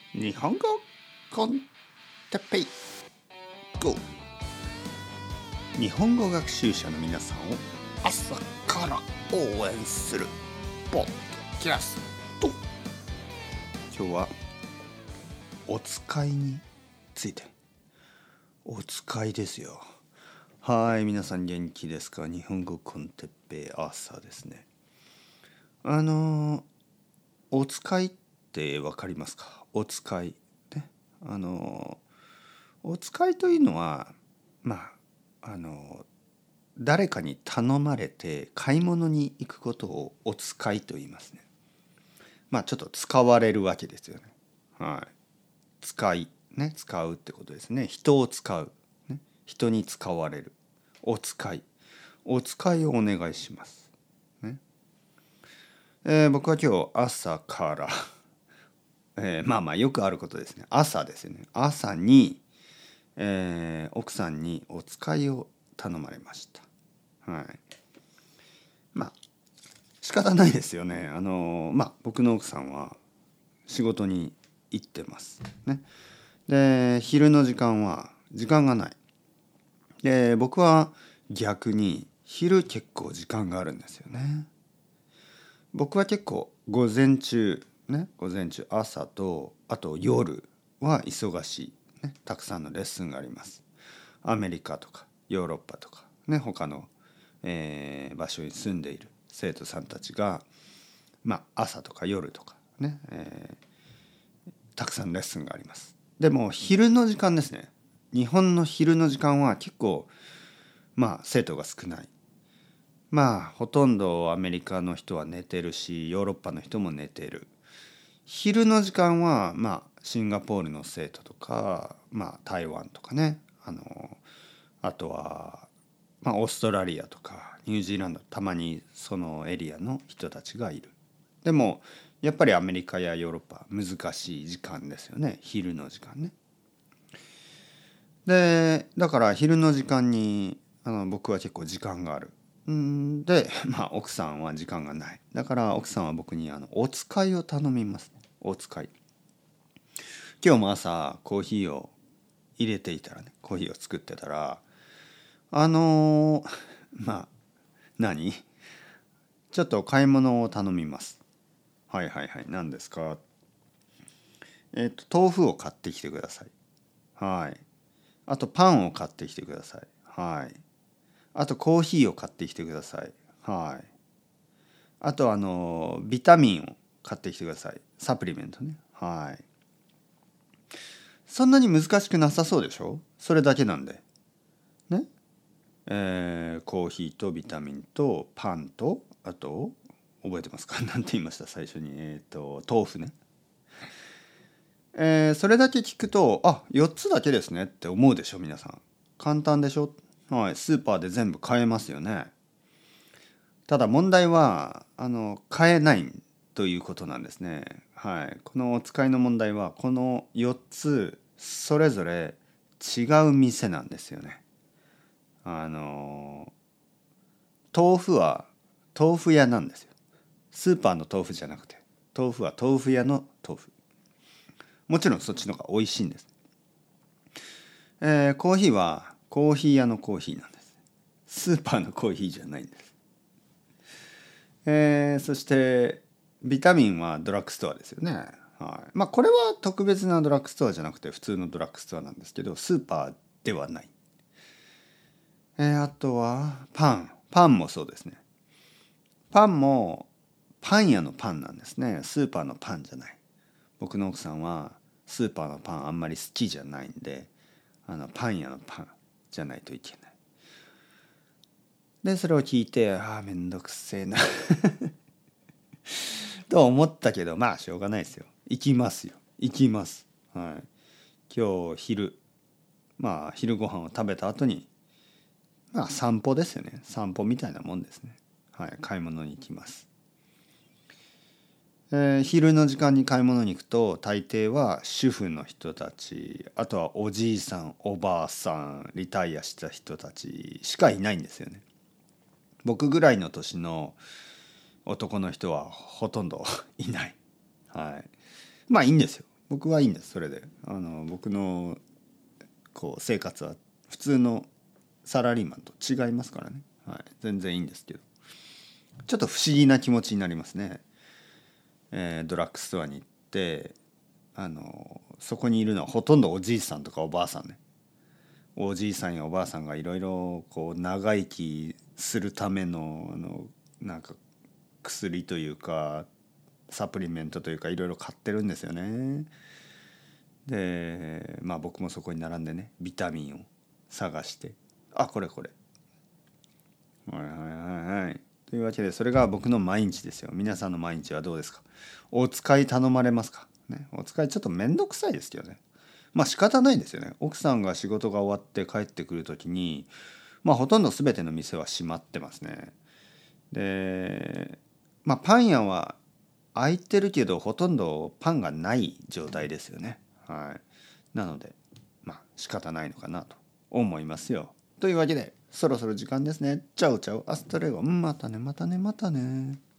日本語コンテッペイ GO。 日本語学習者の皆さんを朝から応援するポッドキャスト。今日はお使いについて。お使いですよ。はい、皆さん元気ですか？日本語コンテッペイ朝ですね。お使いってわかりますか？お使いね。お使いというのは誰かに頼まれて買い物に行くことをお使いと言いますね。ちょっと使われるわけですよね。はい。使うってことですね。人を使う、ね、人に使われる。お使いをお願いします。ね。僕は今日朝からよくあることですね。朝ですよね。朝に、奥さんにお使いを頼まれました。はい。仕方ないですよね。僕の奥さんは仕事に行ってますね。で、昼の時間は時間がない。で、僕は逆に昼結構時間があるんですよね。僕は結構午前中朝とあと夜は忙しい、ね、たくさんのレッスンがあります。アメリカとかヨーロッパとかね、他の、場所に住んでいる生徒さんたちが朝とか夜とかね、たくさんレッスンがあります。でも昼の時間ですね。日本の昼の時間は結構生徒が少ない。ほとんどアメリカの人は寝てるし、ヨーロッパの人も寝てる。昼の時間はシンガポールの生徒とか台湾とかね、あとはオーストラリアとかニュージーランド、たまにそのエリアの人たちがいる。でもやっぱりアメリカやヨーロッパ難しい時間ですよね、昼の時間ね。でだから昼の時間に僕は結構時間がある。で奥さんは時間がない。だから奥さんは僕にお使いを頼みますね。お使い。今日も朝コーヒーを入れていたらね、コーヒーを作ってたら何ちょっと買い物を頼みます。はい、何ですか？豆腐を買ってきてください。はい。あとパンを買ってきてください。はい。あとコーヒーを買ってきてください。はい。あとビタミンを買ってきてください。サプリメントね。はい。そんなに難しくなさそうでしょ？それだけなんで。ね。コーヒーとビタミンとパンと、あと覚えてますか？なんて言いました最初に？豆腐ね。それだけ聞くと4つだけですねって思うでしょ皆さん。簡単でしょ？はい。スーパーで全部買えますよね。ただ問題は買えないということなんですね。はい。このお使いの問題はこの4つそれぞれ違う店なんですよね。豆腐は豆腐屋なんですよ。スーパーの豆腐じゃなくて、豆腐は豆腐屋の豆腐。もちろんそっちの方が美味しいんです。コーヒーはコーヒー屋のコーヒーなんです。スーパーのコーヒーじゃないんです。そしてビタミンはドラッグストアですよね。はい。これは特別なドラッグストアじゃなくて普通のドラッグストアなんですけど、スーパーではない。あとはパンもそうですね。パンもパン屋のパンなんですね。スーパーのパンじゃない。僕の奥さんはスーパーのパンあんまり好きじゃないんで、パン屋のパンじゃないといけない。でそれを聞いてめんどくせえなと思ったけどしょうがないですよ。行きます。はい。今日昼ご飯を食べた後に散歩ですよね。散歩みたいなもんですね。はい。買い物に行きます。昼の時間に買い物に行くと大抵は主婦の人たち、あとはおじいさんおばあさん、リタイアした人たちしかいないんですよね。僕ぐらいの年の男の人はほとんどいない。はい。いいんですよ。 僕はいいんです。それで僕のこう生活は普通のサラリーマンと違いますからね、はい、全然いいんですけど、ちょっと不思議な気持ちになりますね。ドラッグストアに行ってそこにいるのはほとんどおじいさんとかおばあさんね。おじいさんやおばあさんがいろいろこう長生きするためのなんか薬というかサプリメントというかいろいろ買ってるんですよね。でまあ僕もそこに並んでねビタミンを探して、あこれこれ、はいはいはいはい、というわけでそれが僕の毎日ですよ。皆さんの毎日はどうですか？お使い頼まれますかね。お使いちょっと面倒くさいですけどね。まあ仕方ないんですよね。奥さんが仕事が終わって帰ってくる時にまあほとんど全ての店は閉まってますね。でまあパン屋は開いてるけどほとんどパンがない状態ですよね。はい。なのでまあ仕方ないのかなと思いますよ。というわけでそろそろ時間ですね。チャオチャオアストレゴ。またねまたねまたね。